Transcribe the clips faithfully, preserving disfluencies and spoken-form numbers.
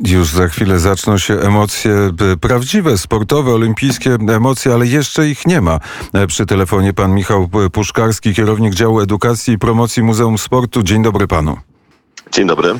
Już za chwilę zaczną się emocje prawdziwe, sportowe, olimpijskie emocje, ale jeszcze ich nie ma. Przy telefonie pan Michał Puszkarski, kierownik działu edukacji i promocji Muzeum Sportu. Dzień dobry panu. Dzień dobry.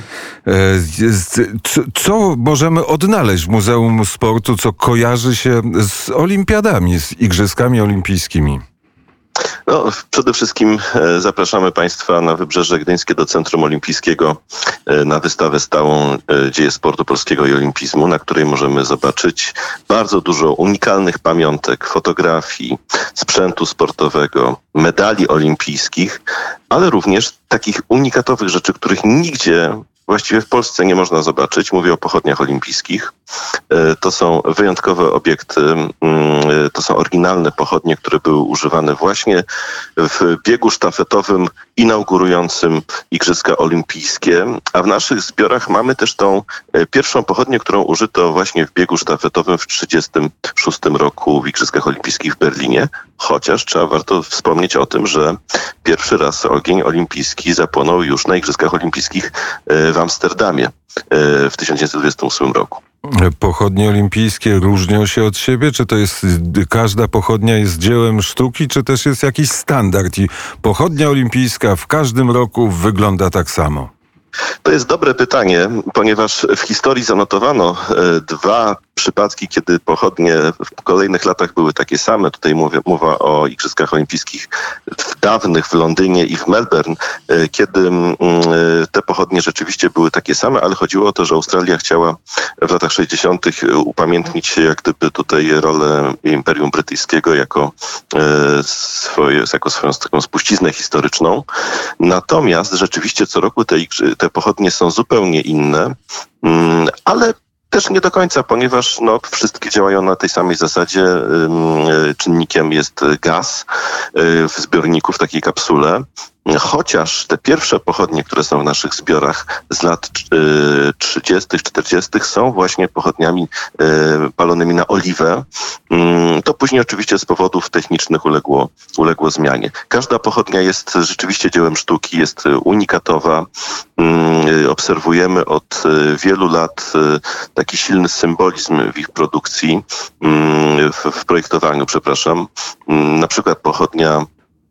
Co możemy odnaleźć w Muzeum Sportu, co kojarzy się z olimpiadami, z igrzyskami olimpijskimi? No, przede wszystkim zapraszamy Państwa na Wybrzeże Gdyńskie do Centrum Olimpijskiego na wystawę stałą Dzieje Sportu Polskiego i Olimpizmu, na której możemy zobaczyć bardzo dużo unikalnych pamiątek, fotografii, sprzętu sportowego, medali olimpijskich, ale również takich unikatowych rzeczy, których nigdzie właściwie w Polsce nie można zobaczyć. Mówię o pochodniach olimpijskich. To są wyjątkowe obiekty, to są oryginalne pochodnie, które były używane właśnie w biegu sztafetowym inaugurującym Igrzyska Olimpijskie, a w naszych zbiorach mamy też tą pierwszą pochodnię, którą użyto właśnie w biegu sztafetowym w tysiąc dziewięćset trzydziestym szóstym roku w Igrzyskach Olimpijskich w Berlinie, chociaż trzeba warto wspomnieć o tym, że pierwszy raz ogień olimpijski zapłonął już na Igrzyskach Olimpijskich w Amsterdamie w tysiąc dziewięćset dwudziestym ósmym roku. Pochodnie olimpijskie różnią się od siebie? Czy to jest, każda pochodnia jest dziełem sztuki, czy też jest jakiś standard i pochodnia olimpijska w każdym roku wygląda tak samo? To jest dobre pytanie, ponieważ w historii zanotowano dwa przypadki, kiedy pochodnie w kolejnych latach były takie same. Tutaj mówię, mowa o Igrzyskach Olimpijskich w dawnych w Londynie i w Melbourne, kiedy te pochodnie rzeczywiście były takie same, ale chodziło o to, że Australia chciała w latach sześćdziesiątych upamiętnić jak gdyby tutaj rolę Imperium Brytyjskiego jako, swoje, jako swoją taką spuściznę historyczną. Natomiast rzeczywiście co roku te, te pochodnie są zupełnie inne, ale też nie do końca, ponieważ no, wszystkie działają na tej samej zasadzie. Czynnikiem jest gaz w zbiorniku, w takiej kapsule. Chociaż te pierwsze pochodnie, które są w naszych zbiorach z lat trzydziestych, czterdziestych są właśnie pochodniami palonymi na oliwę, to później oczywiście z powodów technicznych uległo, uległo zmianie. Każda pochodnia jest rzeczywiście dziełem sztuki, jest unikatowa. Obserwujemy od wielu lat taki silny symbolizm w ich produkcji, w, w projektowaniu, przepraszam. Na przykład pochodnia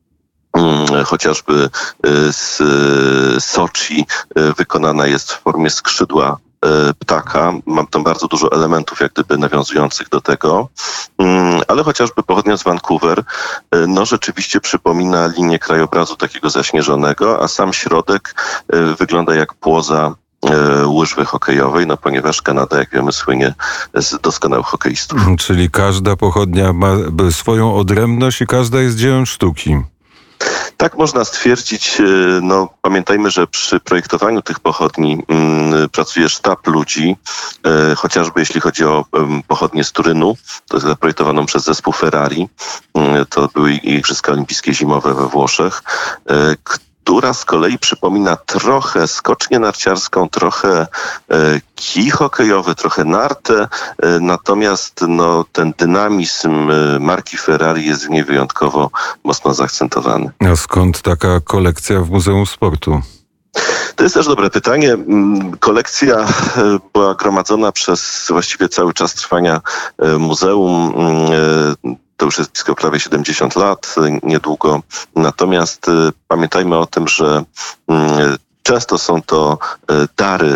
chociażby z Soczi wykonana jest w formie skrzydła ptaka. Mam tam bardzo dużo elementów jak gdyby nawiązujących do tego, ale chociażby pochodnia z Vancouver no rzeczywiście przypomina linię krajobrazu takiego zaśnieżonego, a sam środek wygląda jak płoza łyżwy hokejowej, no ponieważ Kanada, jak wiemy, słynie z doskonałych hokeistów. Czyli każda pochodnia ma swoją odrębność i każda jest dziełem sztuki. Tak można stwierdzić. No, pamiętajmy, że przy projektowaniu tych pochodni mm, pracuje sztab ludzi, e, chociażby jeśli chodzi o um, pochodnię z Turynu, to jest zaprojektowaną przez zespół Ferrari, e, to były Igrzyska Olimpijskie zimowe we Włoszech, e, która z kolei przypomina trochę skocznię narciarską, trochę e, kij hokejowy, trochę nartę, e, natomiast no, ten dynamizm e, marki Ferrari jest w niej wyjątkowo mocno zaakcentowany. A skąd taka kolekcja w Muzeum Sportu? To jest też dobre pytanie. Kolekcja była gromadzona przez właściwie cały czas trwania muzeum. To już jest blisko prawie siedemdziesiąt lat, niedługo. Natomiast pamiętajmy o tym, że często są to dary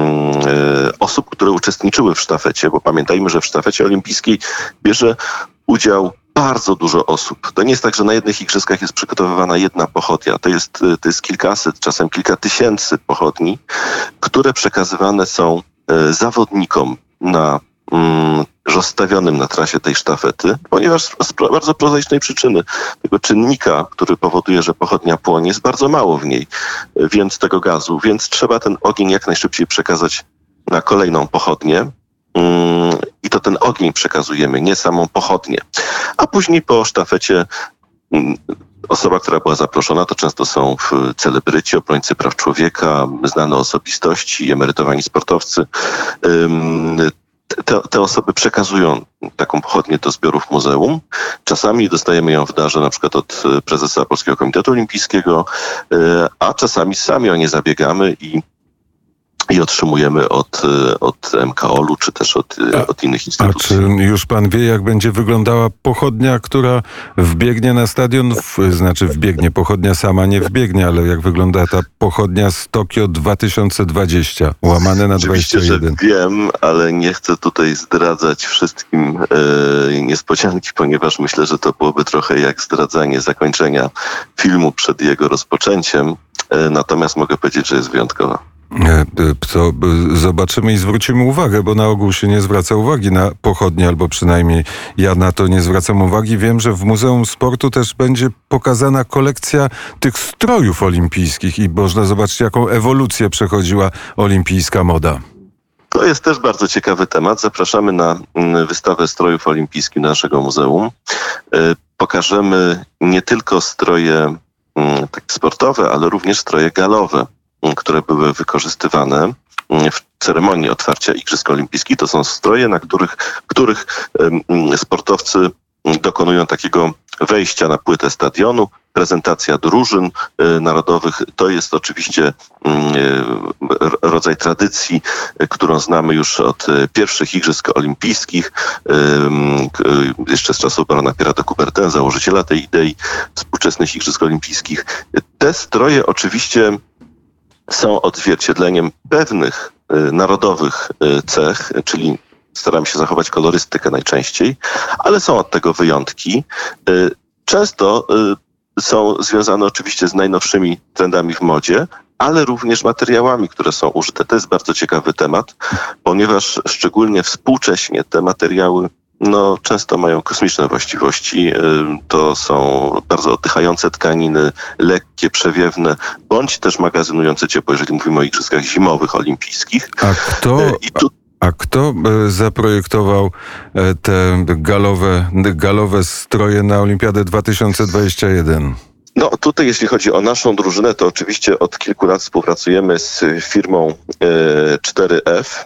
osób, które uczestniczyły w sztafecie, bo pamiętajmy, że w sztafecie olimpijskiej bierze udział bardzo dużo osób. To nie jest tak, że na jednych igrzyskach jest przygotowywana jedna pochodnia. To jest, to jest kilkaset, czasem kilka tysięcy pochodni, które przekazywane są zawodnikom na mm, rozstawionym na trasie tej sztafety, ponieważ z bardzo prozaicznej przyczyny tego czynnika, który powoduje, że pochodnia płonie, jest bardzo mało w niej, więc tego gazu, więc trzeba ten ogień jak najszybciej przekazać na kolejną pochodnię. I to ten ogień przekazujemy, nie samą pochodnię. A później po sztafecie osoba, która była zaproszona, to często są celebryci, obrońcy praw człowieka, znane osobistości, emerytowani sportowcy. Te, te osoby przekazują taką pochodnię do zbiorów muzeum. Czasami dostajemy ją w darze na przykład od prezesa Polskiego Komitetu Olimpijskiego, a czasami sami o nie zabiegamy i i otrzymujemy od, od M K O-lu, czy też od, A, od innych A instytucji. czy już pan wie, jak będzie wyglądała pochodnia, która wbiegnie na stadion? W, znaczy wbiegnie, pochodnia sama nie wbiegnie, ale jak wygląda ta pochodnia z Tokio dwa tysiące dwadzieścia, łamane na Oczywiście, dwadzieścia jeden? że wiem, ale nie chcę tutaj zdradzać wszystkim e, niespodzianki, ponieważ myślę, że to byłoby trochę jak zdradzanie zakończenia filmu przed jego rozpoczęciem. E, natomiast mogę powiedzieć, że jest wyjątkowa. To zobaczymy i zwrócimy uwagę, bo na ogół się nie zwraca uwagi na pochodnie, albo przynajmniej ja na to nie zwracam uwagi. Wiem, że w Muzeum Sportu też będzie pokazana kolekcja tych strojów olimpijskich i można zobaczyć, jaką ewolucję przechodziła olimpijska moda. To jest też bardzo ciekawy temat. Zapraszamy na wystawę strojów olimpijskich naszego muzeum. Pokażemy nie tylko stroje takie sportowe, ale również stroje galowe, które były wykorzystywane w ceremonii otwarcia Igrzysk Olimpijskich. To są stroje, na których, których sportowcy dokonują takiego wejścia na płytę stadionu. Prezentacja drużyn narodowych to jest oczywiście rodzaj tradycji, którą znamy już od pierwszych Igrzysk Olimpijskich, jeszcze z czasów barona Pierre'a de Coubertin, założyciela tej idei współczesnych Igrzysk Olimpijskich. Te stroje oczywiście są odzwierciedleniem pewnych y, narodowych y, cech, czyli staramy się zachować kolorystykę najczęściej, ale są od tego wyjątki. Y, często y, są związane oczywiście z najnowszymi trendami w modzie, ale również materiałami, które są użyte. To jest bardzo ciekawy temat, ponieważ szczególnie współcześnie te materiały no, często mają kosmiczne właściwości. To są bardzo oddychające tkaniny, lekkie, przewiewne, bądź też magazynujące ciepło, jeżeli mówimy o igrzyskach zimowych olimpijskich. A kto... I tu... A kto zaprojektował te galowe, galowe stroje na Olimpiadę dwa tysiące dwudziestą jeden? No tutaj jeśli chodzi o naszą drużynę, to oczywiście od kilku lat współpracujemy z firmą cztery F,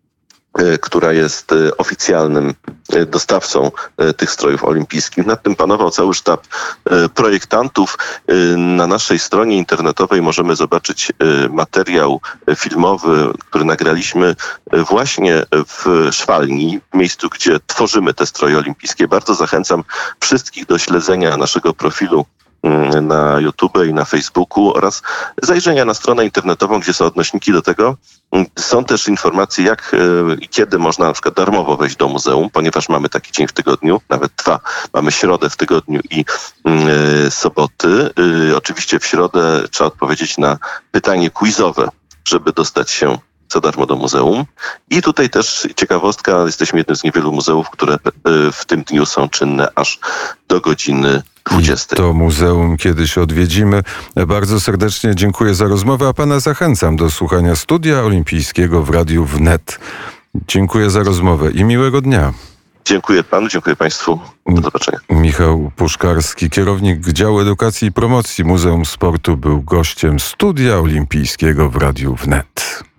która jest oficjalnym dostawcą tych strojów olimpijskich. Nad tym panował cały sztab projektantów. Na naszej stronie internetowej możemy zobaczyć materiał filmowy, który nagraliśmy właśnie w szwalni, w miejscu, gdzie tworzymy te stroje olimpijskie. Bardzo zachęcam wszystkich do śledzenia naszego profilu na YouTube i na Facebooku oraz zajrzenia na stronę internetową, gdzie są odnośniki do tego. Są też informacje, jak i kiedy można na przykład darmowo wejść do muzeum, ponieważ mamy taki dzień w tygodniu, nawet dwa. Mamy środę w tygodniu i y, soboty. Y, oczywiście w środę trzeba odpowiedzieć na pytanie quizowe, żeby dostać się za darmo do muzeum. I tutaj też ciekawostka, jesteśmy jednym z niewielu muzeów, które w tym dniu są czynne aż do godziny dwudziestej. I to muzeum kiedyś odwiedzimy. Bardzo serdecznie dziękuję za rozmowę, a pana zachęcam do słuchania Studia Olimpijskiego w Radiu Wnet. Dziękuję za rozmowę i miłego dnia. Dziękuję panu, dziękuję państwu. Do zobaczenia. Michał Puszkarski, kierownik działu edukacji i promocji Muzeum Sportu, był gościem Studia Olimpijskiego w Radiu Wnet.